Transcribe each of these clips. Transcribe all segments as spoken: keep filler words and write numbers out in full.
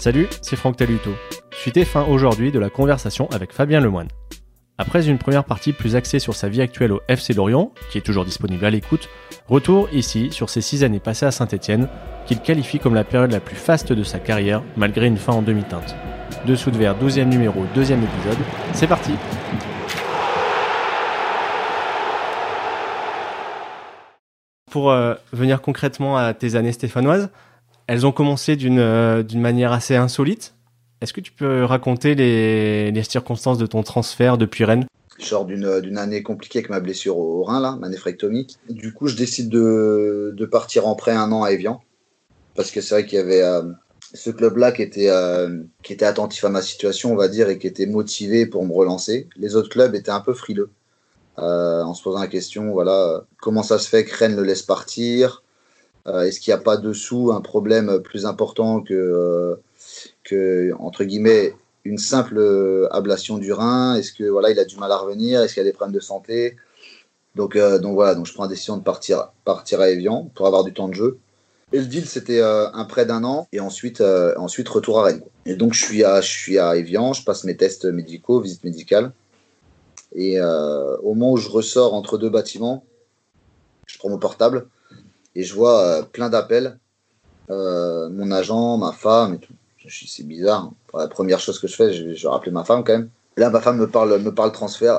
Salut, c'est Franck Taluto. Suite et fin aujourd'hui de la conversation avec Fabien Lemoine. Après une première partie plus axée sur sa vie actuelle au F C Lorient, qui est toujours disponible à l'écoute, retour ici sur ses six années passées à Saint-Etienne, qu'il qualifie comme la période la plus faste de sa carrière, malgré une fin en demi-teinte. Dessous de verre, douzième numéro, deuxième épisode, c'est parti. Pour euh, venir concrètement à tes années stéphanoises, elles ont commencé d'une, euh, d'une manière assez insolite. Est-ce que tu peux raconter les, les circonstances de ton transfert depuis Rennes ? Je sors d'une, d'une année compliquée avec ma blessure au rein, là, ma néphrectomie. Du coup, je décide de, de partir en prêt un an à Évian. Parce que c'est vrai qu'il y avait euh, ce club-là qui était, euh, qui était attentif à ma situation, on va dire, et qui était motivé pour me relancer. Les autres clubs étaient un peu frileux. Euh, en se posant la question, voilà, comment ça se fait que Rennes le laisse partir ? euh, Est-ce qu'il n'y a pas dessous un problème plus important que, euh, que entre guillemets, une simple ablation du rein? Est-ce que voilà, il a du mal à revenir? Est-ce qu'il y a des problèmes de santé? Donc, euh, donc voilà, donc je prends la décision de partir, partir à Évian pour avoir du temps de jeu. Et le deal, c'était euh, un prêt d'un an et ensuite, euh, ensuite retour à Rennes. Et donc je suis à, je suis à Évian, je passe mes tests médicaux, visite médicale. Et euh, au moment où je ressors entre deux bâtiments, je prends mon portable et je vois euh, plein d'appels. Euh, mon agent, ma femme et tout. Je suis, c'est bizarre. Enfin, la première chose que je fais, je, je vais rappeler ma femme quand même. Et là, ma femme me parle, me parle transfert.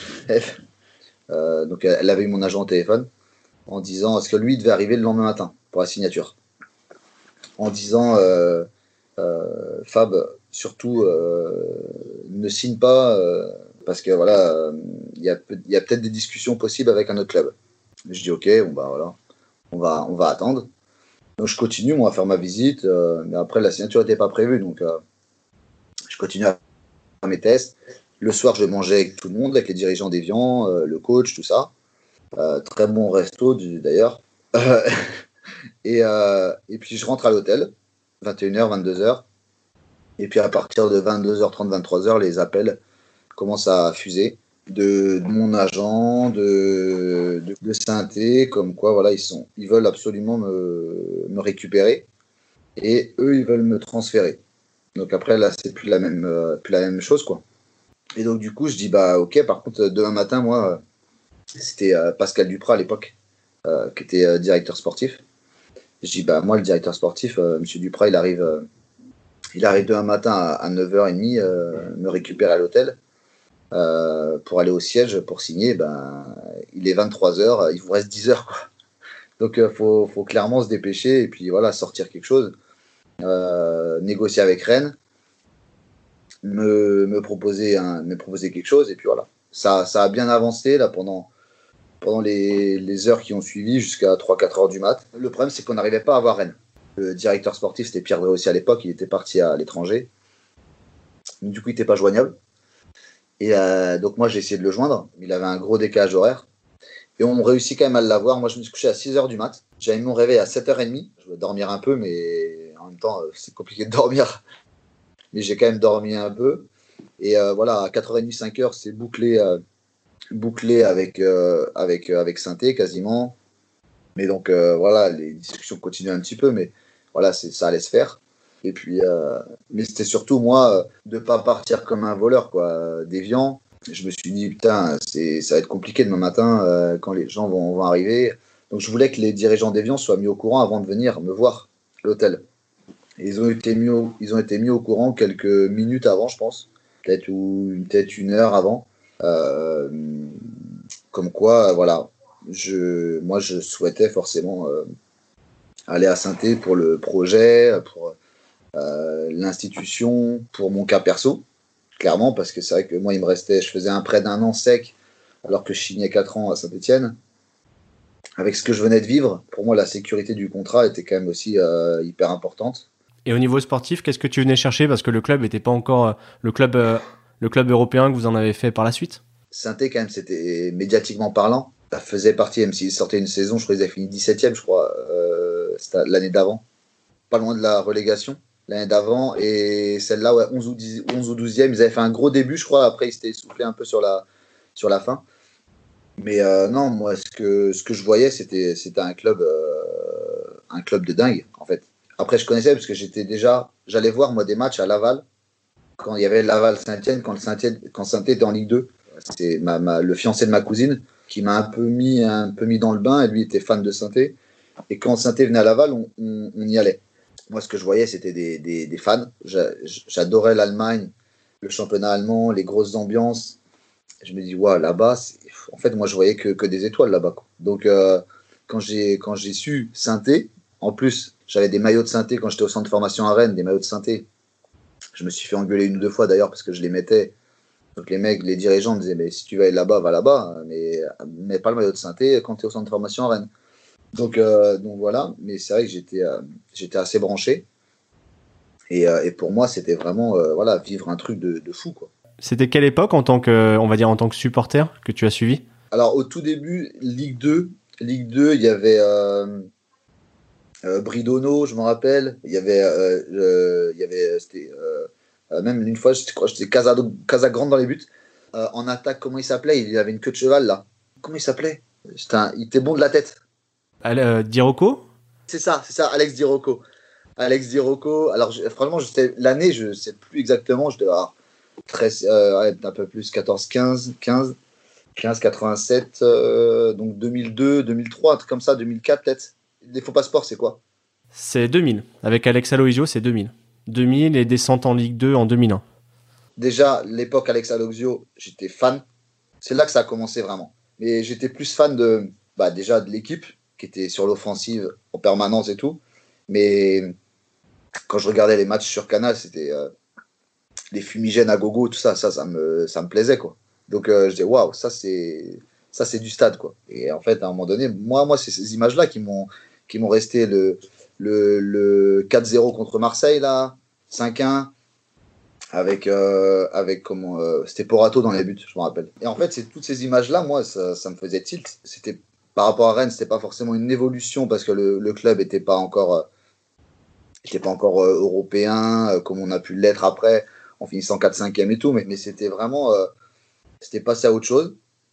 euh, donc, elle avait eu mon agent au téléphone en disant est-ce que lui devait arriver le lendemain matin pour la signature. En disant euh, euh, Fab, surtout, euh, ne signe pas euh, parce que voilà, il euh, y, y a peut-être des discussions possibles avec un autre club. Je dis ok, bon bah voilà, on va, on va attendre. Donc je continue moi à faire ma visite, euh, mais après la signature n'était pas prévue, donc euh, je continue à faire mes tests. Le soir, je mangeais avec tout le monde, avec les dirigeants d'Évian, euh, le coach, tout ça. Euh, très bon resto du, d'ailleurs. et, euh, et puis je rentre à l'hôtel, vingt et une heures, vingt-deux heures. Et puis à partir de vingt-deux heures trente, vingt-trois heures, les appels commencent à fuser de, de mon agent, de, de, de Saint-Étienne, comme quoi voilà, ils, sont, ils veulent absolument me, me récupérer. Et eux, ils veulent me transférer. Donc après, là, c'est plus la même, euh, plus la même chose, quoi. Et donc, du coup, je dis, bah, ok, par contre, demain matin, moi, euh, c'était euh, Pascal Duprat à l'époque, euh, qui était euh, directeur sportif. Je dis, bah, moi, le directeur sportif, euh, monsieur Duprat, il arrive, euh, il arrive demain matin à, à neuf heures trente, euh, me récupérer à l'hôtel euh, pour aller au siège pour signer. Ben, il est vingt-trois heures, il vous reste dix heures, quoi. Donc, il euh, faut, faut clairement se dépêcher et puis, voilà, sortir quelque chose. Euh, négocier avec Rennes, me, me, proposer un, me proposer quelque chose, et puis voilà. Ça, ça a bien avancé là pendant, pendant les, les heures qui ont suivi, jusqu'à trois quatre heures du mat. Le problème, c'est qu'on n'arrivait pas à avoir Rennes. Le directeur sportif, c'était Pierre Drey aussi à l'époque, il était parti à l'étranger. Du coup, il n'était pas joignable. Et euh, donc, moi, j'ai essayé de le joindre. Il avait un gros décalage horaire. Et on réussit quand même à l'avoir. Moi, je me suis couché à six heures du mat. J'avais mis mon réveil à sept heures trente. Je voulais dormir un peu, mais en même temps, c'est compliqué de dormir. Mais j'ai quand même dormi un peu. Et euh, voilà, à quatre heures trente, cinq heures, c'est bouclé, euh, bouclé avec, euh, avec, euh, avec Saint-Étienne quasiment. Mais donc, euh, voilà, les discussions continuent un petit peu, mais voilà, c'est, ça allait se faire. Et puis, euh, mais c'était surtout, moi, de ne pas partir comme un voleur, quoi, d'Évian. Je me suis dit, putain, c'est, ça va être compliqué demain matin euh, quand les gens vont, vont arriver. Donc, je voulais que les dirigeants d'Évian soient mis au courant avant de venir me voir à l'hôtel. Et ils ont été mis au, ils ont été mis au courant quelques minutes avant, je pense, peut-être ou peut-être une heure avant, euh, comme quoi, voilà, je, moi je souhaitais forcément euh, aller à Saint-Étienne pour le projet, pour euh, l'institution, pour mon cas perso, clairement, parce que c'est vrai que moi il me restait, je faisais un prêt d'un an sec, alors que je signais quatre ans à Saint-Étienne. Avec ce que je venais de vivre, pour moi la sécurité du contrat était quand même aussi euh, hyper importante. Et au niveau sportif, qu'est-ce que tu venais chercher parce que le club n'était pas encore euh, le club euh, le club européen que vous en avez fait par la suite? Saint-Étienne, quand même, c'était médiatiquement parlant. Ça faisait partie, même s'ils sortaient une saison, je crois qu'ils avaient fini dix-septième, je crois, euh, c'était l'année d'avant. Pas loin de la relégation, l'année d'avant. Et celle-là, ouais, onze ou, dix, onze ou douzième, ils avaient fait un gros début, je crois. Après, ils s'étaient essoufflés un peu sur la, sur la fin. Mais euh, non, moi, ce que, ce que je voyais, c'était, c'était un club, euh, un club de dingue, en fait. Après, je connaissais parce que j'étais déjà, j'allais voir moi des matchs à Laval quand il y avait Laval-Saint-Étienne, quand le Saint-Étienne, quand Saint-Étienne était en Ligue deux. C'est ma, ma, le fiancé de ma cousine qui m'a un peu mis un peu mis dans le bain, et lui était fan de Saint-Étienne. Et quand Saint-Étienne venait à Laval, on, on, on y allait. Moi, ce que je voyais, c'était des, des, des fans. J'adorais l'Allemagne, le championnat allemand, les grosses ambiances. Je me dis, ouais, là-bas, en fait, moi, je voyais que, que des étoiles là-bas, quoi. Donc, euh, quand j'ai quand j'ai su Saint-Étienne, en plus, j'avais des maillots de Saint-Étienne quand j'étais au centre de formation à Rennes, des maillots de Saint-Étienne. Je me suis fait engueuler une ou deux fois d'ailleurs parce que je les mettais. Donc les mecs, les dirigeants me disaient, mais si tu veux aller là-bas, va là-bas, mais mets pas le maillot de Saint-Étienne quand tu es au centre de formation à Rennes. Donc, euh, donc voilà, mais c'est vrai que j'étais, euh, j'étais assez branché. Et, euh, et pour moi, c'était vraiment euh, voilà, vivre un truc de, de fou, quoi. C'était quelle époque en tant que, on va dire, en tant que supporter que tu as suivi? Alors au tout début, Ligue deux, Ligue deux, il y avait euh, euh, Bridono, je me rappelle. Il y avait, euh, euh, il y avait c'était, euh, euh, même une fois, je crois que c'était Casado- Casagrande dans les buts. Euh, en attaque, comment il s'appelait? Il avait une queue de cheval là. Comment il s'appelait? C'était un- Il était bon de la tête. Euh, Dirocco? C'est ça, c'est ça, Alex Di Rocco. Alex Di Rocco. Alors, je, franchement, je sais, l'année, je ne sais plus exactement. Je devais avoir treize, euh, ouais, un peu plus, quatorze, quinze, quinze, quinze, quatre-vingt-sept, euh, donc deux mille deux, deux mille trois, un truc comme ça, deux mille quatre peut-être. Les faux passeports, c'est quoi? C'est deux mille. Avec Alex Aloisio, c'est deux mille. deux mille et descente en Ligue deux en deux mille un. Déjà, l'époque Alex Aloxio, j'étais fan. C'est là que ça a commencé vraiment. Mais j'étais plus fan de, bah, déjà de l'équipe, qui était sur l'offensive en permanence et tout. Mais quand je regardais les matchs sur Canal, c'était euh, les fumigènes à gogo, tout ça, ça, ça me, ça me plaisait, quoi. Donc euh, je disais, waouh, ça c'est, ça c'est du stade, quoi. Et en fait, à un moment donné, moi, moi c'est ces images-là qui m'ont, qui m'ont resté le, le, le quatre zéro contre Marseille, là, cinq un, avec, euh, avec comment, euh, c'était Porato dans les buts, je me rappelle. Et en fait, c'est toutes ces images-là, moi, ça, ça me faisait tilt. C'était, par rapport à Rennes, c'était pas forcément une évolution parce que le, le club était pas encore, euh, était pas encore euh, européen, euh, comme on a pu l'être après, en finissant quatre cinquième et tout, mais, mais c'était vraiment, euh, c'était passé à autre chose,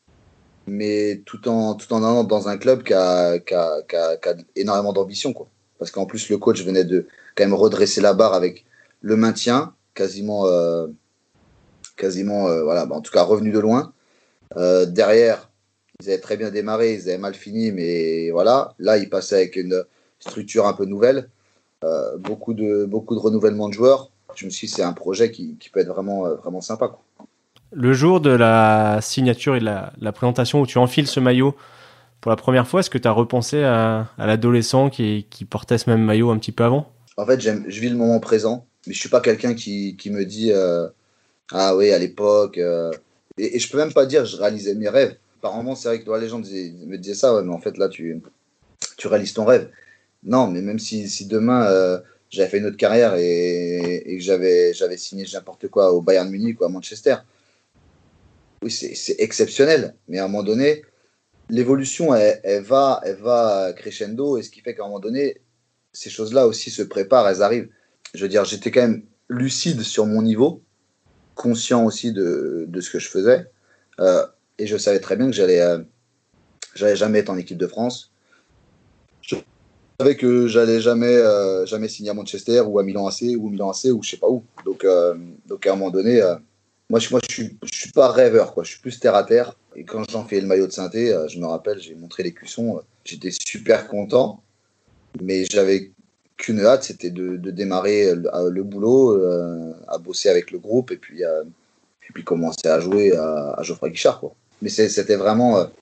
mais tout en, tout en allant dans un club qui a, qui a, qui a, qui a énormément d'ambition, quoi. Parce qu'en plus, le coach venait de quand même redresser la barre avec le maintien, quasiment, euh, quasiment euh, voilà, bah, en tout cas revenu de loin. Euh, derrière, ils avaient très bien démarré, ils avaient mal fini, mais voilà. Là, ils passaient avec une structure un peu nouvelle, euh, beaucoup, de, beaucoup de renouvellement de joueurs. Je me suis dit, c'est un projet qui, qui peut être vraiment, euh, vraiment sympa, quoi. Le jour de la signature et de la, la présentation où tu enfiles ce maillot pour la première fois, est-ce que tu as repensé à, à l'adolescent qui, qui portait ce même maillot un petit peu avant? En fait, j'aime, je vis le moment présent, mais je suis pas quelqu'un qui, qui me dit euh, ah oui, à l'époque. Euh, et, et je peux même pas dire je réalisais mes rêves. Par moments, c'est vrai que ouais, les gens disaient- me disaient ça, ouais, mais en fait, là, tu, tu réalises ton rêve. Non, mais même si, si demain euh, j'avais fait une autre carrière et, et que j'avais, j'avais signé n'importe quoi au Bayern Munich ou à Manchester, oui, c'est, c'est exceptionnel. Mais à un moment donné, l'évolution, elle, elle va, elle va crescendo, et ce qui fait qu'à un moment donné, ces choses-là aussi se préparent, elles arrivent. Je veux dire, j'étais quand même lucide sur mon niveau, conscient aussi de, de ce que je faisais, euh, et je savais très bien que j'allais, euh, j'allais jamais être en équipe de France. Je savais que j'allais jamais, euh, jamais signer à Manchester ou à Milan A C ou Milan A C ou je sais pas où. Donc, euh, donc à un moment donné, euh, moi, je, moi, je suis, je suis pas rêveur, quoi. Je suis plus terre à terre. Et quand j'en fais le maillot de synthé, euh, je me rappelle, j'ai montré les cuissons, euh, j'étais super content, mais j'avais qu'une hâte, c'était de, de démarrer le, le boulot, euh, à bosser avec le groupe et puis, euh, et puis commencer à jouer à, à Geoffroy Guichard, quoi. Mais c'est, c'était vraiment euh,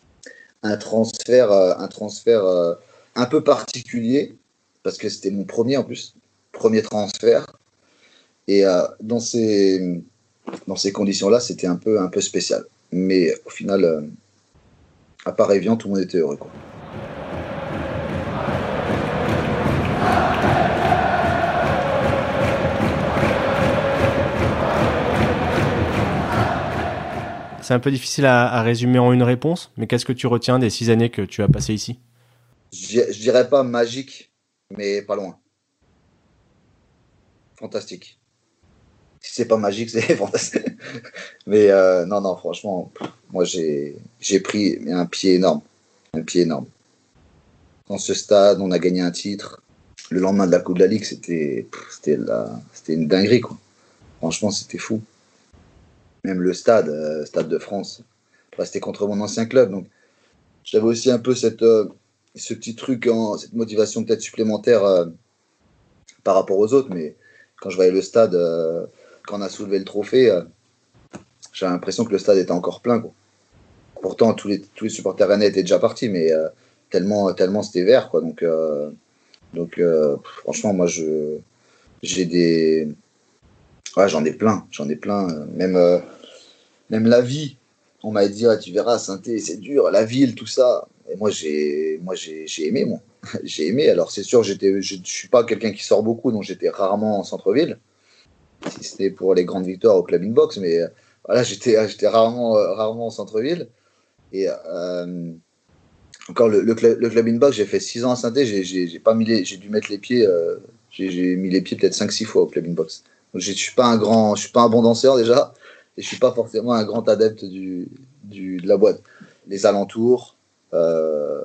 un transfert, euh, un transfert euh, un peu particulier parce que c'était mon premier en plus, premier transfert. Et euh, dans ces, dans ces conditions-là, c'était un peu, un peu spécial. Mais au final, euh, à part Evian, tout le monde était heureux, quoi. C'est un peu difficile à, à résumer en une réponse, mais qu'est-ce que tu retiens des six années que tu as passées ici? Je je dirais pas magique, mais pas loin. Fantastique. Si c'est pas magique, c'est fantastique. Mais euh, non, non, franchement, moi j'ai j'ai pris un pied énorme. Un pied énorme. Dans ce stade, on a gagné un titre. Le lendemain de la Coupe de la Ligue, c'était, c'était, la, c'était une dinguerie, quoi. Franchement, c'était fou. Même le stade, euh, Stade de France, bah, c'était contre mon ancien club. Donc, j'avais aussi un peu cette, euh, ce petit truc, en, cette motivation peut-être supplémentaire euh, par rapport aux autres. Mais quand je voyais le stade, euh, quand on a soulevé le trophée, euh, j'avais l'impression que le stade était encore plein, quoi. Pourtant, tous les, tous les supporters rennais étaient déjà partis, mais euh, tellement, tellement c'était vert, quoi. Donc, euh, donc euh, franchement, moi, je, j'ai des. Ouais, j'en ai plein. J'en ai plein. euh, Même, euh, même la vie. On m'a dit, ah, tu verras, Saint-Étienne, c'est dur. La ville, tout ça. Et moi, j'ai, moi, j'ai, j'ai aimé, moi. J'ai aimé. Alors, c'est sûr, j'étais, je ne suis pas quelqu'un qui sort beaucoup, donc j'étais rarement en centre-ville. Si c'était pour les grandes victoires au clubbing box, mais euh, voilà, j'étais, j'étais rarement, euh, rarement en centre-ville. Et euh, encore le, le, club, le club inbox, j'ai fait six ans à Saint-Étienne, j'ai, j'ai, j'ai pas mis les, j'ai dû mettre les pieds, euh, j'ai, j'ai mis les pieds peut-être cinq six fois au club inbox. Donc je suis pas un grand, je suis pas un bon danseur déjà, et je suis pas forcément un grand adepte du, du de la boîte. Les alentours, euh,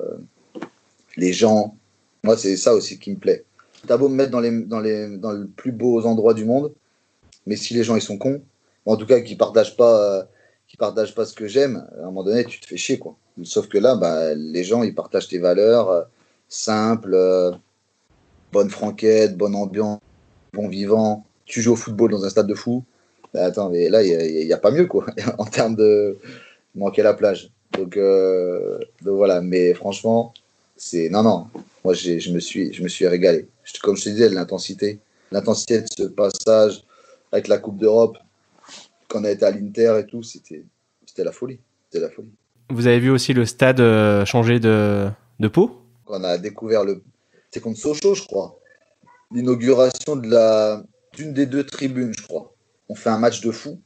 les gens, moi c'est ça aussi qui me plaît. T'as beau me mettre dans les, dans les, dans les plus beaux endroits du monde, mais si les gens ils sont cons, ou en tout cas qui partagent pas, euh, qui partagent pas ce que j'aime, à un moment donné tu te fais chier, quoi. Sauf que là, bah, les gens ils partagent tes valeurs euh, simples, euh, bonne franquette, bonne ambiance, bon vivant. Tu joues au football dans un stade de fou. Bah, attends, mais là il y, y a pas mieux, quoi, en termes de manquer la plage. Donc, euh, donc voilà, mais franchement, c'est non non. Moi j'ai, je me suis, je me suis régalé. Je- Comme je te disais, l'intensité, l'intensité de ce passage avec la Coupe d'Europe, quand on a été à l'Inter et tout, c'était, c'était la folie. C'était la folie. Vous avez vu aussi le stade euh, changer de, de peau? Quand on a découvert le. C'est contre Sochaux, je crois. L'inauguration de la... d'une des deux tribunes, je crois. On fait un match de fou.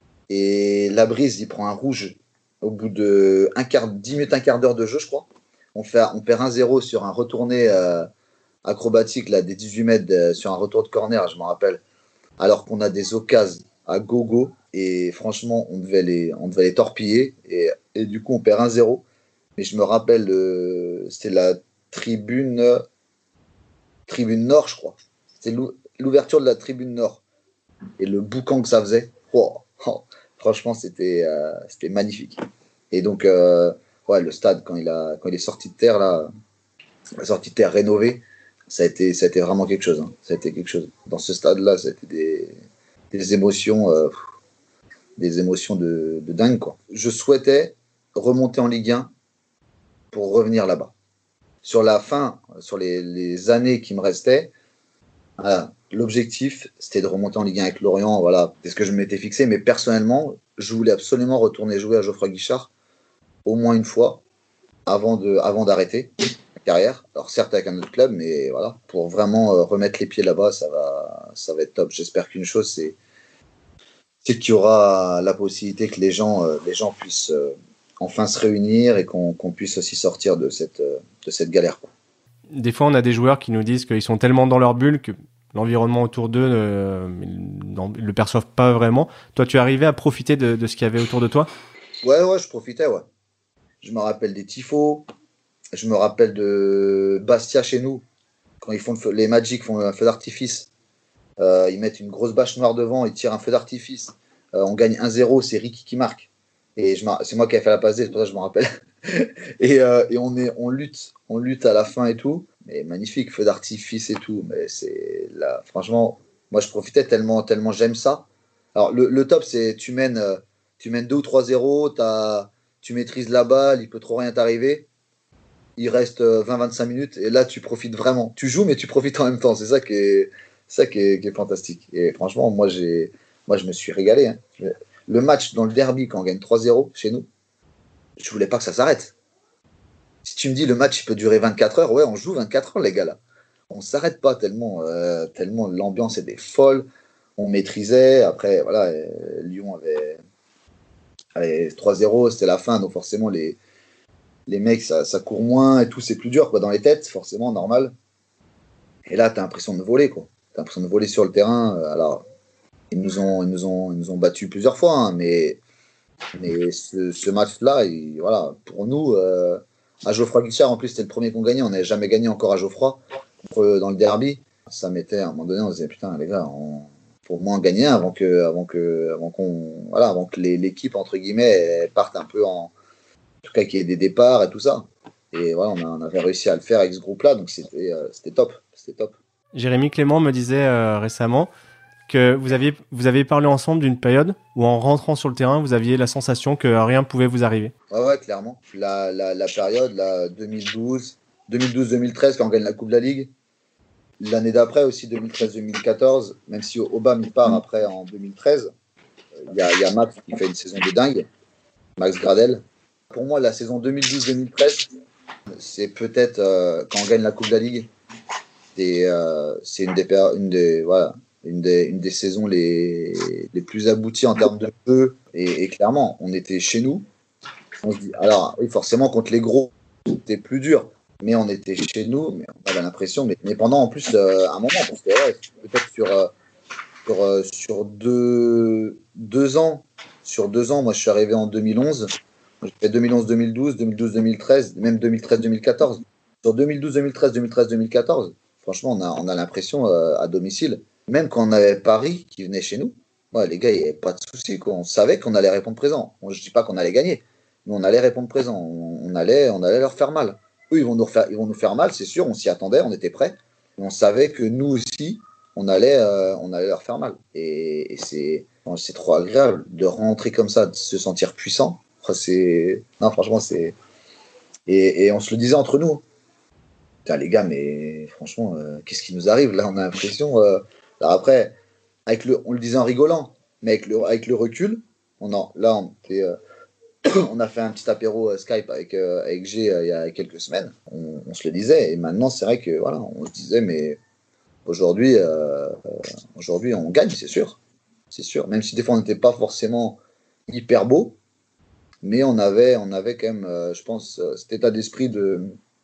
Et la brise, il prend un rouge au bout de un quart, dix minutes, un quart d'heure de jeu, je crois. On, fait, on perd un zéro sur un retourné euh, acrobatique là, des dix-huit mètres, euh, sur un retour de corner, je m'en rappelle. Alors qu'on a des occasions à gogo. Et franchement, on devait les, on devait les torpiller. Et, et du coup, on perd un zéro. Mais je me rappelle, euh, c'était la tribune, tribune nord, je crois. C'était l'ouverture de la tribune nord. Et le boucan que ça faisait, oh, oh, franchement, c'était euh, c'était magnifique. Et donc, euh, ouais, le stade, quand il, a, quand il est sorti de terre, là, sorti de terre rénové, ça a été, ça a été vraiment quelque chose. Hein. Ça a été quelque chose. Dans ce stade-là, ça a été des, des émotions, euh, des émotions de, de dingue, quoi. Je souhaitais remonter en Ligue un pour revenir là-bas. Sur la fin, sur les, les années qui me restaient, voilà, l'objectif, c'était de remonter en Ligue un avec Lorient. Voilà, c'est ce que je m'étais fixé. Mais personnellement, je voulais absolument retourner jouer à Geoffroy Guichard au moins une fois avant, de, avant d'arrêter ma carrière. Alors certes avec un autre club, mais voilà, pour vraiment euh, remettre les pieds là-bas, ça va, ça va être top. J'espère qu'une chose, c'est, c'est qu'il y aura la possibilité que les gens, euh, les gens puissent euh, enfin se réunir et qu'on, qu'on puisse aussi sortir de cette, euh, de cette galère, quoi. Des fois, on a des joueurs qui nous disent qu'ils sont tellement dans leur bulle que l'environnement autour d'eux euh, ils le perçoivent pas vraiment. Toi, tu es arrivé à profiter de, de ce qu'il y avait autour de toi? Ouais, ouais, je profitais, ouais. Je me rappelle des tifos. Je me rappelle de Bastia chez nous, quand ils font le feu, les Magic font un feu d'artifice. Euh, ils mettent une grosse bâche noire devant, ils tirent un feu d'artifice. Euh, on gagne un zéro, c'est Ricky qui marque. Et je c'est moi qui ai fait la passe D, c'est pour ça que je me rappelle. et euh, et on, est, on, lutte, on lutte à la fin et tout. Mais magnifique, feu d'artifice et tout. Mais c'est là, franchement, moi je profitais tellement, tellement j'aime ça. Alors le, le top, c'est tu mènes, euh, tu mènes deux ou trois zéro, t'as, tu maîtrises la balle, il peut trop rien t'arriver. Il reste vingt à vingt-cinq minutes et là tu profites vraiment. Tu joues mais tu profites en même temps. C'est ça qui est, ça qui est, qui est fantastique. Et franchement, moi, j'ai, moi je me suis régalé. Hein. Le match dans le derby quand on gagne trois zéro chez nous, je voulais pas que ça s'arrête. Si tu me dis le match il peut durer vingt-quatre heures, ouais, on joue vingt-quatre heures les gars là. On s'arrête pas tellement, euh, tellement l'ambiance était folle. On maîtrisait. Après, voilà, euh, Lyon avait, avait trois zéro, c'était la fin, donc forcément les les mecs, ça, ça court moins et tout, c'est plus dur quoi, dans les têtes, forcément, normal. Et là, tu as l'impression de voler, quoi. Tu as l'impression de voler sur le terrain. Alors, ils nous ont, ils nous ont, ils nous ont battus plusieurs fois, hein, mais, mais ce, ce match-là, il, voilà, pour nous, euh, à Geoffroy Guichard, en plus, c'était le premier qu'on gagnait. On n'avait jamais gagné encore à Geoffroy. contre, dans le derby, ça mettait à un moment donné, on se disait putain les gars, on faut au moins gagner avant que, avant que, avant qu'on, voilà, avant que les, l'équipe entre guillemets parte un peu en, en tout cas qu'il y ait des départs et tout ça. Et voilà, on, a, on avait réussi à le faire avec ce groupe-là, donc c'était, euh, c'était top, c'était top. Jérémy Clément me disait euh, récemment que vous aviez, vous avez parlé ensemble d'une période où en rentrant sur le terrain, vous aviez la sensation que rien ne pouvait vous arriver. Ouais, ouais, clairement. La, la, la période, là, deux mille douze, deux mille douze deux mille treize, quand on gagne la Coupe de la Ligue. L'année d'après aussi, deux mille treize deux mille quatorze, même si Obama il part après en deux mille treize, il y a, y a Max qui fait une saison de dingue, Max Gradel. Pour moi, la saison deux mille douze deux mille treize, c'est peut-être, euh, quand on gagne la Coupe de la Ligue, c'est, euh, c'est une, des, une, des, voilà, une, des, une des saisons les, les plus abouties en termes de jeu. Et, et clairement, on était chez nous. On se dit, alors, oui, forcément, contre les gros, c'était plus dur. Mais on était chez nous, mais on avait l'impression, mais, mais pendant en plus euh, un moment, parce que ouais, peut-être sur, euh, sur, euh, sur deux, deux ans, sur deux ans, moi je suis arrivé en deux mille onze, j'ai fait deux mille onze deux mille douze, deux mille douze deux mille treize, même deux mille treize deux mille quatorze. Sur deux mille douze deux mille treize, deux mille treize deux mille quatorze, franchement, on a, on a l'impression euh, à domicile, même quand on avait Paris qui venait chez nous, ouais, les gars, il n'y avait pas de souci, quoi. On savait qu'on allait répondre présent. Bon, je ne dis pas qu'on allait gagner, mais on allait répondre présent, on, on, allait, on allait leur faire mal. Eux, ils vont nous refaire, ils vont nous faire mal, c'est sûr, on s'y attendait, on était prêts. On savait que nous aussi, on allait, euh, on allait leur faire mal. Et, et c'est, c'est trop agréable de rentrer comme ça, de se sentir puissant. C'est, non, franchement, c'est. Et, et on se le disait entre nous. Putain, les gars, mais franchement, euh, qu'est-ce qui nous arrive là? On a l'impression. Euh... Alors après, avec le, on le disait en rigolant, mais avec le, avec le recul, on en, là, on était. Euh, on a fait un petit apéro euh, Skype avec, euh, avec G euh, il y a quelques semaines. On, on se le disait. Et maintenant, c'est vrai que voilà, on se disait, mais aujourd'hui, euh, aujourd'hui on gagne, c'est sûr. C'est sûr. Même si des fois, on n'était pas forcément hyper beau, mais on avait, on avait quand même, euh, je pense, euh, cet état d'esprit de,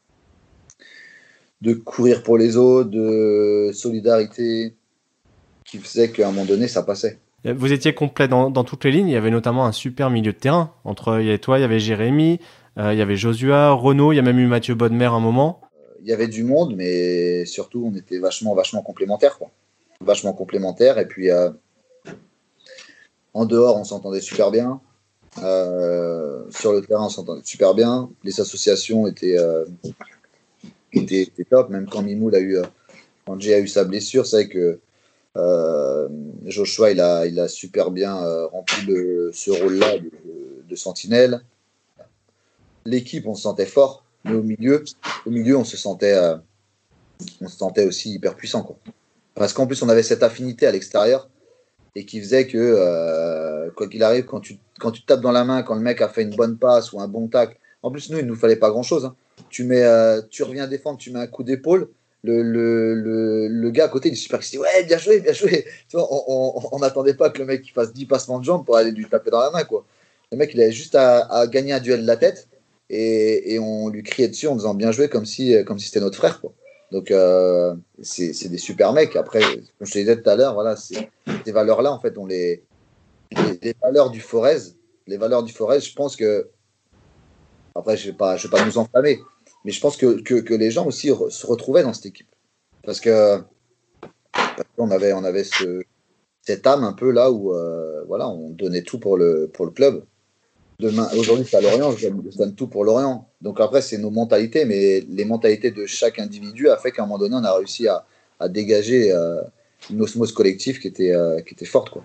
de courir pour les autres, de solidarité, qui faisait qu'à un moment donné, ça passait. Vous étiez complet dans, dans toutes les lignes. Il y avait notamment un super milieu de terrain. Entre il y avait toi, il y avait Jérémy, euh, il y avait Josua, Renaud, il y a même eu Mathieu Bodmer un moment. Il y avait du monde, mais surtout, on était vachement, vachement complémentaires, quoi. Vachement complémentaires. Et puis, euh, en dehors, on s'entendait super bien. Euh, sur le terrain, on s'entendait super bien. Les associations étaient, euh, étaient, étaient top. Même quand Mimoul a eu, euh, quand Jay a eu sa blessure, c'est vrai que Euh, Joshua, il a, il a super bien euh, rempli le, ce rôle-là de, de sentinelle. L'équipe, on se sentait fort, mais au milieu, au milieu, on se sentait, euh, on se sentait aussi hyper puissant, quoi. Parce qu'en plus, on avait cette affinité à l'extérieur et qui faisait que euh, quoi qu'il arrive, quand tu, quand tu tapes dans la main, quand le mec a fait une bonne passe ou un bon tac, en plus nous, il nous fallait pas grand-chose, hein. Tu mets, euh, tu reviens défendre, tu mets un coup d'épaule. Le, le, le, le gars à côté, il est super excité. Ouais, bien joué, bien joué. Tu vois, on n'attendait pas que le mec fasse dix passements de jambes pour aller lui taper dans la main, quoi. Le mec, il avait juste à, à gagner un duel de la tête et, et on lui criait dessus en disant bien joué comme si, comme si c'était notre frère, quoi. Donc, euh, c'est, c'est des super mecs. Après, comme je te disais tout à l'heure, voilà, c'est, ces valeurs-là, en fait, on les, les, les valeurs du Forez, les valeurs du Forez, je pense que, après, je ne vais pas, je vais pas nous enflammer, mais je pense que, que, que les gens aussi re, se retrouvaient dans cette équipe. Parce que parce qu'on avait, on avait ce, cette âme un peu là où euh, voilà, on donnait tout pour le, pour le club. Demain, aujourd'hui, c'est à Lorient, je donne, je donne tout pour Lorient. Donc après, c'est nos mentalités, mais les mentalités de chaque individu a fait qu'à un moment donné, on a réussi à, à dégager euh, une osmose collective qui était, euh, qui était forte, quoi.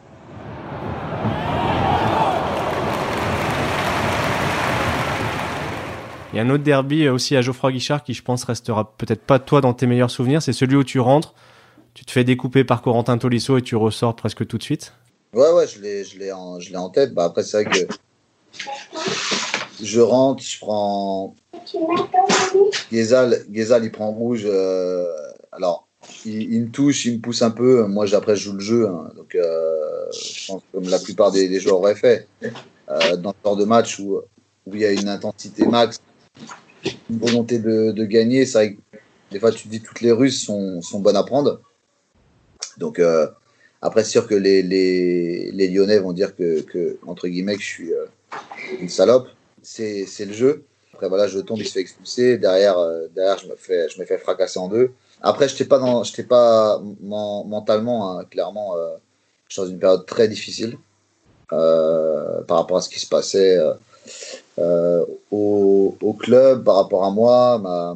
Il y a un autre derby aussi à Geoffroy Guichard qui, je pense, restera peut-être pas toi dans tes meilleurs souvenirs. C'est celui où tu rentres, tu te fais découper par Corentin Tolisso et tu ressors presque tout de suite. Ouais, ouais, je l'ai, je l'ai, en, je l'ai en tête. Bah, après, c'est vrai que je rentre, je prends. Guézal, Guézal il prend rouge. Euh... Alors, il, il me touche, il me pousse un peu. Moi, après, je joue le jeu. Hein. Donc, euh, je pense comme la plupart des, des joueurs auraient fait. Euh, dans ce genre de match où, où il y a une intensité max, une volonté de, de gagner, c'est vrai que des fois, tu te dis toutes les Russes sont, sont bonnes à prendre. Donc, euh, après, c'est sûr que les, les, les Lyonnais vont dire que, que, entre guillemets, que je suis euh, une salope. C'est, c'est le jeu. Après, voilà, je tombe, il se fait expulser. Derrière, euh, derrière je, me fais, je me fais fracasser en deux. Après, je n'étais pas, dans, j'étais pas men- mentalement, hein, clairement, euh, je suis dans une période très difficile euh, par rapport à ce qui se passait euh, euh, au, au club, par rapport à moi, ma,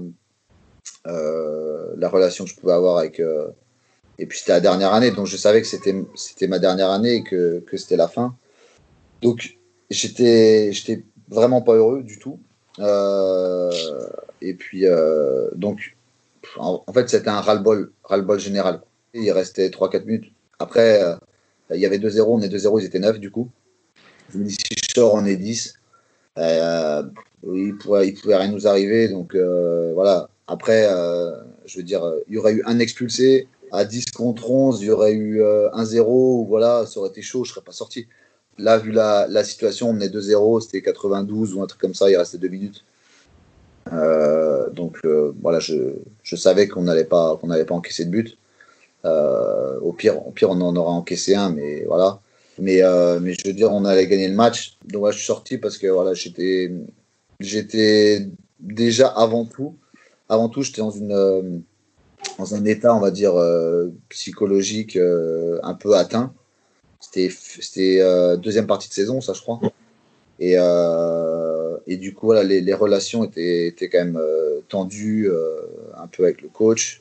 euh, la relation que je pouvais avoir avec. Euh, et puis c'était la dernière année, donc je savais que c'était, c'était ma dernière année et que, que c'était la fin. Donc j'étais, j'étais vraiment pas heureux du tout. Euh, et puis, euh, donc, en, en fait, c'était un ras-le-bol, ras-le-bol général. Il restait trois quatre minutes. Après, euh, il y avait deux zéro, on est deux zéro, ils étaient neuf du coup. Je me dis, si je sors, on est dix. Euh, il pouvait, il pouvait rien nous arriver. Donc euh, voilà. Après, euh, je veux dire, il y aurait eu un expulsé à dix contre onze, il y aurait eu euh, un zéro. Voilà, ça aurait été chaud, je ne serais pas sorti. Là, vu la, la situation, on menait deux zéro, c'était quatre-vingt-douze ou un truc comme ça, il restait deux minutes. Euh, donc euh, voilà, je, je savais qu'on n'allait pas, qu'on n'allait pas encaisser de but. Euh, au pire, au pire, on en aura encaissé un, mais voilà. Mais, euh, mais je veux dire, on allait gagner le match. Donc ouais, je suis sorti parce que voilà, j'étais, j'étais déjà avant tout, avant tout, j'étais dans une, euh, dans un état, on va dire, euh, psychologique euh, un peu atteint. C'était, c'était euh, deuxième partie de saison, ça, je crois. Et, euh, et du coup, voilà, les, les relations étaient, étaient quand même euh, tendues, euh, un peu avec le coach,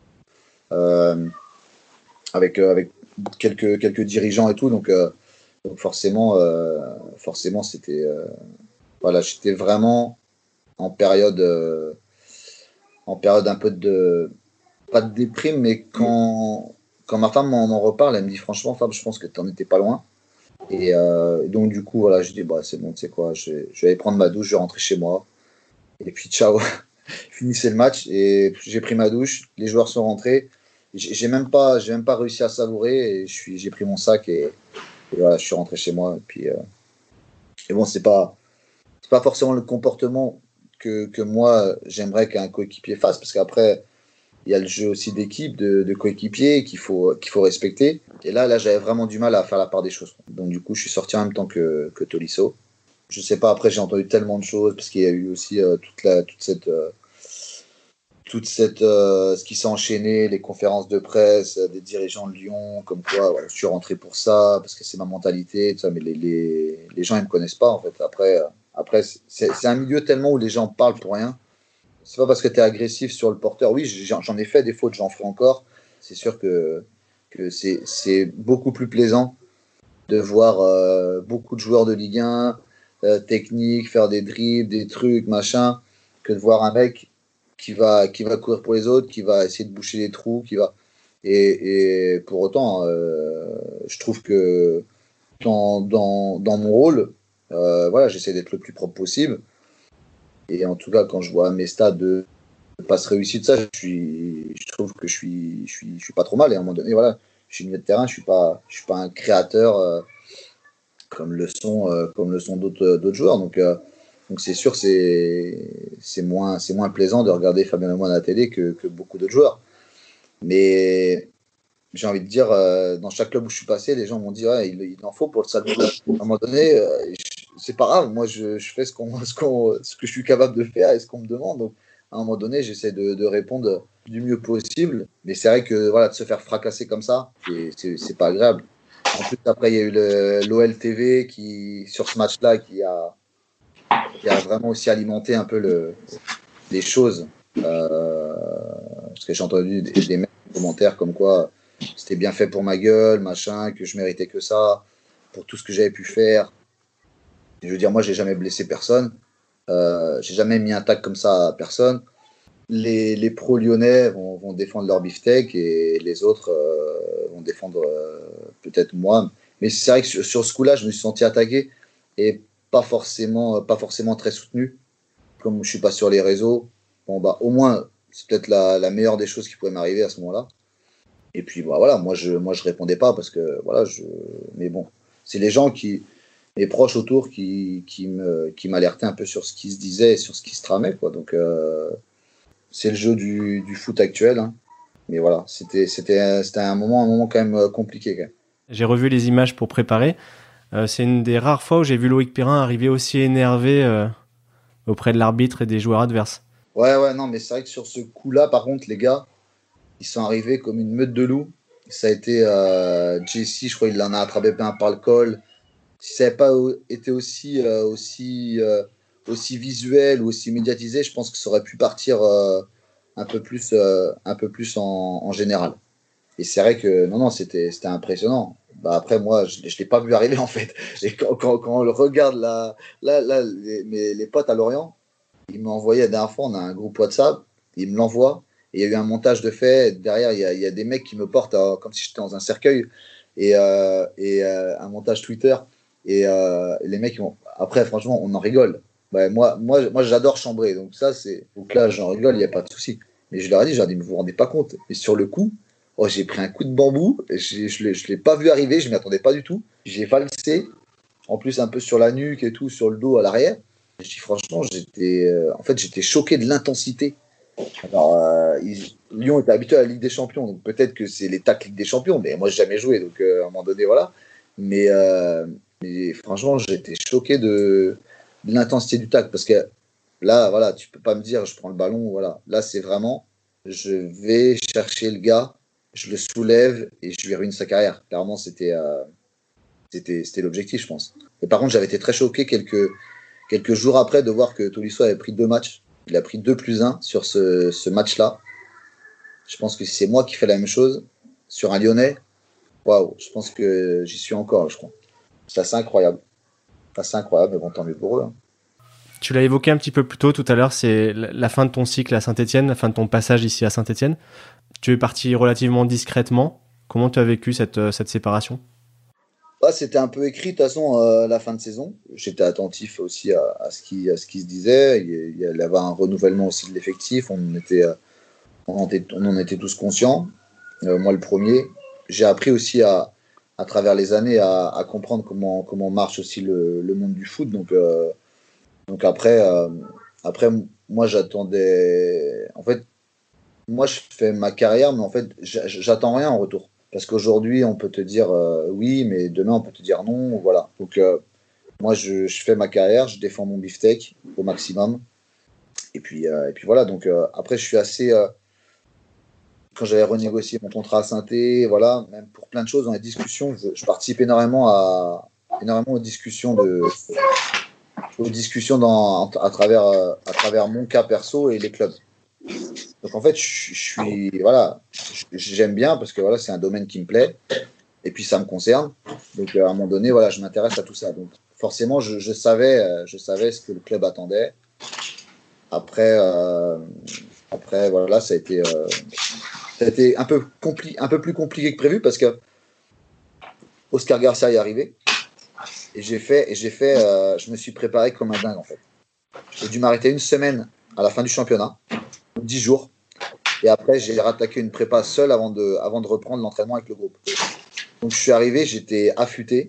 euh, avec, euh, avec quelques, quelques dirigeants et tout. Donc, euh, donc forcément, euh, forcément, c'était, euh, voilà, j'étais vraiment en période, euh, en période un peu de, pas de déprime, mais quand, quand ma femme m'en, m'en reparle, elle me dit franchement, Fab, je pense que tu n'en étais pas loin. Et euh, donc, du coup, voilà, je dis, bah, c'est bon, tu sais quoi, je vais, je vais aller prendre ma douche, je vais rentrer chez moi. Et puis, ciao, finissez le match. Et j'ai pris ma douche, les joueurs sont rentrés. J'ai j'ai même pas, j'ai même pas réussi à savourer. Et je suis, j'ai pris mon sac et, et voilà, je suis rentré chez moi. Et puis, euh, et bon, c'est pas, c'est pas forcément le comportement que, que moi j'aimerais qu'un coéquipier fasse, parce qu'après, il y a le jeu aussi d'équipe, de, de coéquipier qu'il faut, qu'il faut respecter. Et là, là, j'avais vraiment du mal à faire la part des choses. Donc, du coup, je suis sorti en même temps que, que Tolisso. Je sais pas, après, j'ai entendu tellement de choses, parce qu'il y a eu aussi euh, toute, la, toute cette. Euh, toute cette euh, ce qui s'est enchaîné, les conférences de presse euh, des dirigeants de Lyon, comme quoi voilà, je suis rentré pour ça, parce que c'est ma mentalité, tout ça, mais les, les, les gens, ils me connaissent pas, en fait. Après, euh, après c'est, c'est un milieu tellement où les gens parlent pour rien. C'est pas parce que tu es agressif sur le porteur. Oui, j'en, j'en ai fait des fautes, j'en ferai encore. C'est sûr que, que c'est, c'est beaucoup plus plaisant de voir euh, beaucoup de joueurs de Ligue un, euh, techniques, faire des dribbles, des trucs, machin, que de voir un mec qui va, qui va courir pour les autres, qui va essayer de boucher les trous, qui va. Et, et pour autant, euh, je trouve que dans, dans, dans mon rôle, euh, voilà, j'essaie d'être le plus propre possible. Et en tout cas, quand je vois mes stades de passes réussies de ça, je, suis, je trouve que je suis, je, suis, je suis pas trop mal. Et à un moment donné, voilà, je suis milieu de terrain, je suis pas, je suis pas un créateur euh, comme le sont, euh, comme le sont d'autres, d'autres joueurs. Donc, euh, donc c'est sûr, c'est, c'est, moins, c'est moins plaisant de regarder Fabien Lemoine à la télé que, que beaucoup d'autres joueurs. Mais j'ai envie de dire, euh, dans chaque club où je suis passé, les gens m'ont dit ouais, il, il en faut pour le Stade Malherbe. À un moment donné, euh, je, c'est pas grave, moi je, je fais ce, qu'on, ce, qu'on, ce que je suis capable de faire et ce qu'on me demande. Donc à un moment donné, j'essaie de, de répondre du mieux possible. Mais c'est vrai que voilà, de se faire fracasser comme ça, c'est, c'est, c'est pas agréable. En plus, après, il y a eu le, l'O L T V qui, sur ce match-là, qui a, qui a vraiment aussi alimenté un peu le, les choses. Euh, parce que j'ai entendu des, des commentaires comme quoi c'était bien fait pour ma gueule, machin, que je méritais que ça, pour tout ce que j'avais pu faire. Et je veux dire, moi, j'ai jamais blessé personne. Euh, j'ai jamais mis un tag comme ça à personne. Les, les pros lyonnais vont, vont défendre leur beefsteak et les autres euh, vont défendre euh, peut-être moi. Mais c'est vrai que sur, sur ce coup-là, je me suis senti attaqué et pas forcément, pas forcément très soutenu. Comme je suis pas sur les réseaux, bon bah au moins c'est peut-être la, la meilleure des choses qui pouvait m'arriver à ce moment-là. Et puis bah, voilà, moi je moi je répondais pas parce que voilà, je mais bon, c'est les gens qui les proches autour qui qui me qui m'alertaient un peu sur ce qui se disait et sur ce qui se tramait quoi. Donc euh, c'est le jeu du, du foot actuel hein. Mais voilà, c'était c'était c'était un moment un moment quand même compliqué quand même. J'ai revu les images pour préparer. Euh, c'est une des rares fois où j'ai vu Loïc Perrin arriver aussi énervé euh, auprès de l'arbitre et des joueurs adverses. Ouais ouais non mais c'est vrai que sur ce coup-là par contre les gars Ils sont arrivés comme une meute de loups. Ça a été euh, Jesse, je crois, il en a attrapé un par le col. Si ça n'avait pas été aussi, euh, aussi, euh, aussi visuel ou aussi médiatisé, je pense que ça aurait pu partir euh, un peu plus, euh, un peu plus en, en général. Et c'est vrai que non, non, c'était, c'était impressionnant. Bah après, moi, je ne l'ai pas vu arriver en fait. Et quand, quand, quand on le regarde, là, là, là les, mes, les potes à Lorient, ils m'ont envoyé la dernière fois, on a un groupe WhatsApp, ils me l'envoient. Et il y a eu un montage de fait. Derrière, il y a, il y a des mecs qui me portent euh, comme si j'étais dans un cercueil. Et, euh, et euh, un montage Twitter. Et euh, les mecs, vont... après, franchement, on en rigole. Ouais, moi, moi, moi, j'adore chambrer. Donc, ça, c'est. Donc là, j'en rigole, il n'y a pas de souci. Mais je leur ai dit, j'ai dit, mais vous vous rendez pas compte. Mais sur le coup, oh, j'ai pris un coup de bambou. J'ai, je ne l'ai, je l'ai pas vu arriver. Je ne m'y attendais pas du tout. J'ai valsé. En plus, un peu sur la nuque et tout, sur le dos, à l'arrière. Je dis, franchement, j'étais, euh, en fait, j'étais choqué de l'intensité. Alors, euh, ils- Lyon était habitué à la Ligue des Champions. Donc, peut-être que c'est les tacles Ligue des Champions. Mais moi, j'ai jamais joué. Donc, euh, à un moment donné, voilà. Mais. Euh, mais franchement, j'étais choqué de, de l'intensité du tacle parce que là, voilà, tu peux pas me dire, je prends le ballon, voilà. Là, c'est vraiment, je vais chercher le gars, je le soulève et je lui ruine sa carrière. Clairement, c'était, euh, c'était, c'était l'objectif, je pense. Et par contre, j'avais été très choqué quelques, quelques jours après de voir que Tolisso avait pris deux matchs. Il a pris deux plus un sur ce, ce match-là. Je pense que si c'est moi qui fais la même chose sur un Lyonnais, waouh, je pense que j'y suis encore, je crois. C'est assez incroyable. C'est incroyable, mais bon, tant mieux pour eux. Hein. Tu l'as évoqué un petit peu plus tôt tout à l'heure, c'est la fin de ton cycle à Saint-Etienne, la fin de ton passage ici à Saint-Etienne. Tu es parti relativement discrètement. Comment tu as vécu cette, cette séparation ? Ouais, c'était un peu écrit de toute façon euh, la fin de saison. J'étais attentif aussi à, à, ce qui, à ce qui se disait. Il y avait un renouvellement aussi de l'effectif. On, était, on, était, on en était tous conscients. Euh, moi, le premier. J'ai appris aussi à, à travers les années à, à comprendre comment, comment marche aussi le, le monde du foot. Donc, euh, donc après, euh, après, moi, j'attendais. En fait, moi, je fais ma carrière, mais en fait, j'attends rien en retour. Parce qu'aujourd'hui, on peut te dire euh, oui, mais demain, on peut te dire non. Voilà. Donc, euh, moi, je, je, fais ma carrière, je défends mon beefsteak au maximum. Et puis, euh, et puis voilà. Donc, euh, après, je suis assez. Euh, quand j'avais renégocié mon contrat à Saint-Étienne, voilà, même pour plein de choses dans les discussions, je, je participe énormément, à, énormément aux discussions, de, aux discussions dans, à, travers, à travers mon cas perso et les clubs. Donc en fait, je, je suis voilà, j'aime bien parce que voilà, c'est un domaine qui me plaît et puis ça me concerne. Donc à un moment donné, voilà, je m'intéresse à tout ça. Donc forcément, je, je savais, je savais ce que le club attendait. Après, euh, après voilà, ça a été, euh, ça a été un peu compli- un peu plus compliqué que prévu parce que Oscar Garcia est arrivé et j'ai fait et j'ai fait, euh, je me suis préparé comme un dingue en fait. J'ai dû m'arrêter une semaine à la fin du championnat, dix jours. Et après, j'ai rattaqué une prépa seule avant de, avant de reprendre l'entraînement avec le groupe. Donc, je suis arrivé, j'étais affûté.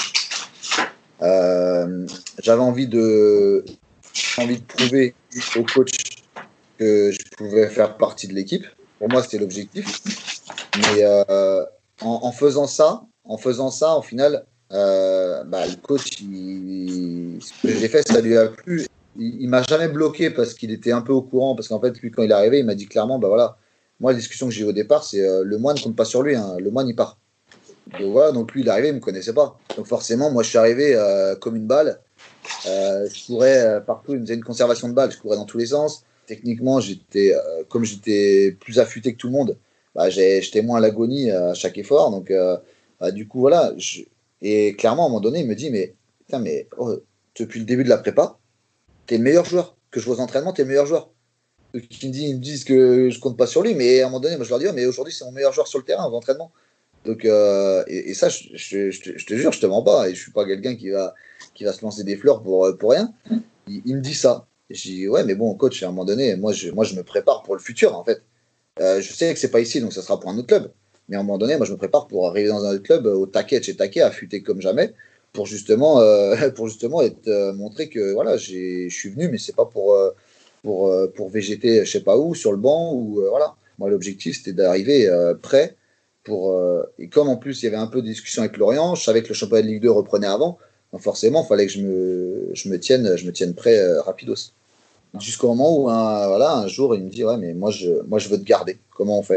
Euh, j'avais envie de, envie de prouver au coach que je pouvais faire partie de l'équipe. Pour moi, c'était l'objectif. Mais euh, en, en faisant ça, en faisant ça, au final, euh, bah, le coach, il, ce que j'ai fait, ça lui a plu. Il, il m'a jamais bloqué parce qu'il était un peu au courant. Parce qu'en fait, lui, quand il est arrivé, il m'a dit clairement, bah voilà, moi, la discussion que j'ai eu au départ, c'est euh, le moine ne compte pas sur lui. Hein, le moine, il part. Donc voilà, donc lui, il est arrivé, il me connaissait pas. Donc forcément, moi, je suis arrivé euh, comme une balle. Euh, je courais euh, partout, il me faisait une conservation de balles, je courais dans tous les sens. Techniquement, j'étais, euh, comme j'étais plus affûté que tout le monde, bah, j'ai, j'étais moins à l'agonie euh, à chaque effort. Donc, euh, bah, du coup, voilà. Je... Et clairement, à un moment donné, il me dit, mais, putain, mais oh, depuis le début de la prépa, t'es le meilleur joueur. Que je vois aux entraînements, t'es le meilleur joueur. Qui me dit, ils me disent que je compte pas sur lui, mais à un moment donné, moi, je leur dis, oh, mais aujourd'hui, c'est mon meilleur joueur sur le terrain aux entraînements. Donc, euh, et, et ça, je, je, je, te, je te jure, je te mens pas. Et je suis pas quelqu'un qui va, qui va se lancer des fleurs pour, pour rien. Il, il me dit ça. Et je dis, ouais, mais bon, coach, à un moment donné, moi, je, moi, je me prépare pour le futur, en fait. Euh, je sais que c'est pas ici, donc ça sera pour un autre club. Mais à un moment donné, moi, je me prépare pour arriver dans un autre club au taquet, chez taquet, affûté comme jamais, pour justement, euh, pour justement être euh, montrer que voilà, j'ai, je suis venu, mais c'est pas pour, euh, pour, euh, pour végéter, je sais pas où, sur le banc ou euh, voilà. Moi, l'objectif, c'était d'arriver euh, prêt. Pour, euh, et comme en plus il y avait un peu de discussion avec Lorient, je savais que le championnat de Ligue deux reprenait avant, donc forcément il fallait que je me, je me tienne, je me tienne prêt euh, rapidos. Jusqu'au moment où un, voilà, un jour il me dit ouais mais moi je, moi je veux te garder, comment on fait?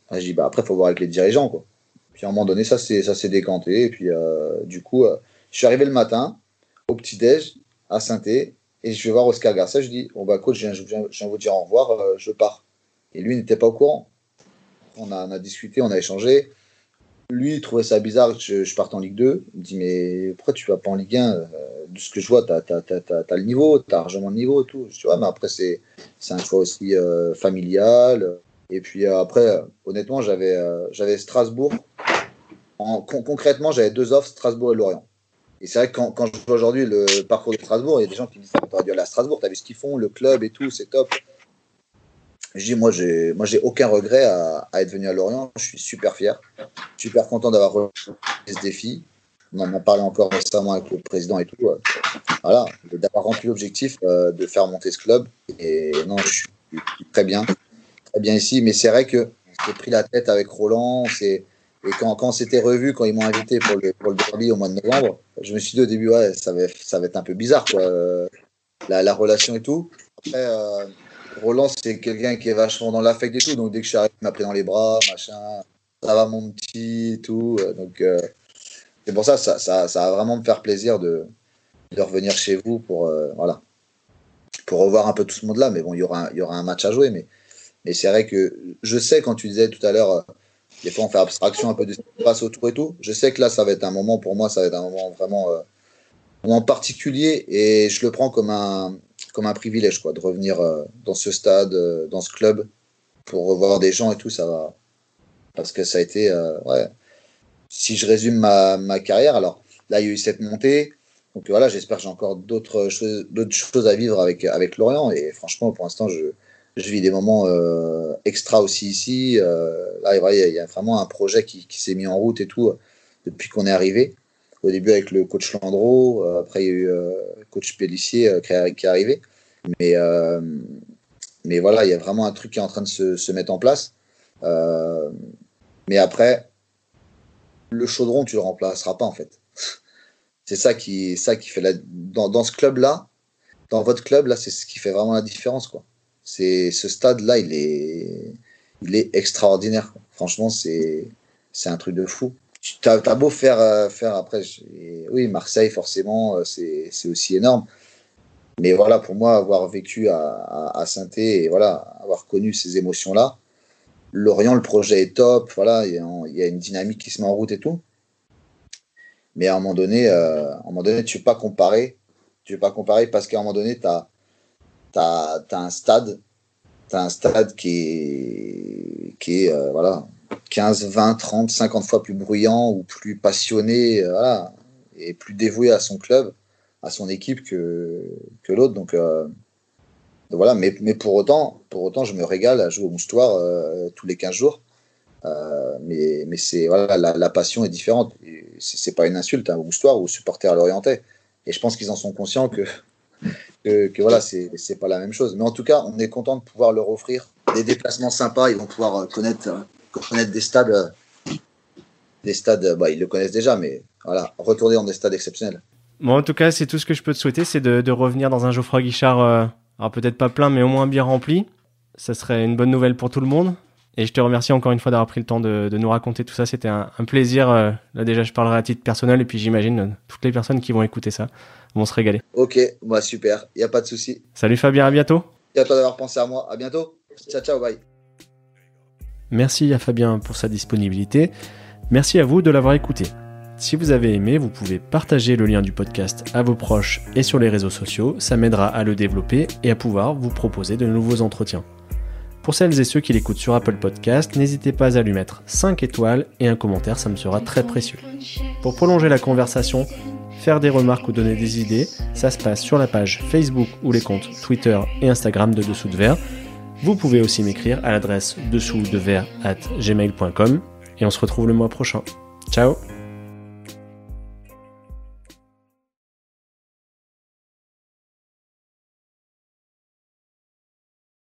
Ah, je dis, bah, après, il faut voir avec les dirigeants, quoi. Puis à un moment donné, ça s'est, ça s'est décanté. Et puis, euh, du coup, euh, je suis arrivé le matin, au petit-déj, à Saint-Étienne, et je vais voir Oscar Garcia. Je dis, bon, bah, coach, je viens, je viens, je viens vous dire au revoir, euh, je pars. Et lui, il n'était pas au courant. On a, on a discuté, on a échangé. Lui, il trouvait ça bizarre que je, je parte en Ligue deux. Il me dit, mais pourquoi tu vas pas en Ligue un? euh, De ce que je vois, tu as le niveau, tu as largement le niveau et tout. Je dis, ouais, mais après, c'est un choix aussi euh, familial. Et puis euh, après, euh, honnêtement, j'avais euh, j'avais Strasbourg. En, con, concrètement, j'avais deux offres, Strasbourg et Lorient. Et c'est vrai que quand, quand je vois aujourd'hui le parcours de Strasbourg, il y a des gens qui me disent, tu aurais dû aller à Strasbourg, tu as vu ce qu'ils font, le club et tout, c'est top. Je dis, moi, j'ai moi j'ai aucun regret à, à être venu à Lorient. Je suis super fier, super content d'avoir relevé ce défi. On en a parlé encore récemment avec le président et tout. Euh, voilà, d'avoir rempli l'objectif euh, de faire monter ce club. Et non, je suis très bien, très bien ici. Mais c'est vrai que j'ai pris la tête avec Roland. Et quand, quand on s'était revu, quand ils m'ont invité pour le, pour le derby au mois de novembre, je me suis dit au début, ouais, ça va, ça va être un peu bizarre, quoi, la, la relation et tout. Après, euh, Roland, c'est quelqu'un qui est vachement dans l'affect et tout. Donc dès que je suis arrivé, il m'a pris dans les bras, machin. Ça va mon petit et tout. Donc euh, c'est pour ça, ça, ça, ça va vraiment me faire plaisir de, de revenir chez vous pour, euh, voilà, pour revoir un peu tout ce monde-là. Mais bon, il y aura, il y aura un match à jouer. Mais, mais c'est vrai que je sais, quand tu disais tout à l'heure, euh, des fois on fait abstraction un peu de ce qui se passe autour et tout. Je sais que là, ça va être un moment, pour moi, ça va être un moment vraiment, euh, vraiment particulier. Et je le prends comme un, comme un privilège, quoi, de revenir euh, dans ce stade, euh, dans ce club, pour revoir des gens et tout. Ça va. Parce que ça a été, euh, ouais. Si je résume ma, ma carrière, alors là, il y a eu cette montée. Donc voilà, j'espère que j'ai encore d'autres choses, d'autres choses à vivre avec, avec Lorient. Et franchement, pour l'instant, je, je vis des moments euh, extra aussi ici. Euh, là, il y, y a vraiment un projet qui, qui s'est mis en route et tout euh, depuis qu'on est arrivé. Au début avec le coach Landreau, euh, après il y a eu euh, coach Pellissier euh, qui, est, qui est arrivé. Mais, euh, mais voilà, il y a vraiment un truc qui est en train de se, se mettre en place. Euh, mais après, le chaudron, tu le remplaceras pas en fait. C'est ça qui, ça qui fait la. Dans, dans ce club-là, dans votre club là, c'est ce qui fait vraiment la différence, quoi. C'est ce stade-là, il est, il est extraordinaire, quoi. Franchement, c'est, c'est un truc de fou. T'as, t'as beau faire, euh, faire après, oui, Marseille forcément, c'est, c'est aussi énorme. Mais voilà, pour moi, avoir vécu à, à, à Saint-Étienne et voilà, avoir connu ces émotions-là. Lorient, le projet est top, voilà, il y, y a une dynamique qui se met en route et tout. Mais à un moment donné, euh, à un moment donné, tu ne peux pas comparer. Tu ne peux pas comparer parce qu'à un moment donné, tu as, t'as, t'as un stade, t'as un stade qui est, qui est euh, voilà, quinze, vingt, trente, cinquante fois plus bruyant ou plus passionné, euh, voilà, et plus dévoué à son club, à son équipe que, que l'autre. Donc, euh, donc voilà, mais, mais pour autant, pour autant, je me régale à jouer au Moustoir euh, tous les quinze jours. Euh, mais mais c'est, voilà, la, la passion est différente. C'est, c'est pas une insulte hein, au Moustoir ou aux supporters lorientais. Et je pense qu'ils en sont conscients que, que, que voilà, c'est, c'est pas la même chose. Mais en tout cas, on est content de pouvoir leur offrir des déplacements sympas. Ils vont pouvoir euh, connaître, euh, connaître des stades. Euh, des stades, bah, ils le connaissent déjà, mais voilà, retourner dans des stades exceptionnels. Bon, en tout cas, c'est tout ce que je peux te souhaiter, c'est de, de revenir dans un Geoffroy Guichard, euh, alors peut-être pas plein, mais au moins bien rempli. Ça serait une bonne nouvelle pour tout le monde. Et je te remercie encore une fois d'avoir pris le temps de, de nous raconter tout ça. C'était un, un plaisir. Euh, là, déjà, je parlerai à titre personnel. Et puis, j'imagine, euh, toutes les personnes qui vont écouter ça vont se régaler. Ok, bah, super. Il n'y a pas de souci. Salut Fabien, à bientôt. Merci à toi d'avoir pensé à moi. À bientôt. Ciao, ciao, bye. Merci à Fabien pour sa disponibilité. Merci à vous de l'avoir écouté. Si vous avez aimé, vous pouvez partager le lien du podcast à vos proches et sur les réseaux sociaux. Ça m'aidera à le développer et à pouvoir vous proposer de nouveaux entretiens. Pour celles et ceux qui l'écoutent sur Apple Podcast, n'hésitez pas à lui mettre cinq étoiles et un commentaire, ça me sera très précieux. Pour prolonger la conversation, faire des remarques ou donner des idées, ça se passe sur la page Facebook ou les comptes Twitter et Instagram de Dessous de Verre. Vous pouvez aussi m'écrire à l'adresse dessous de verre arobase gmail point com et on se retrouve le mois prochain. Ciao!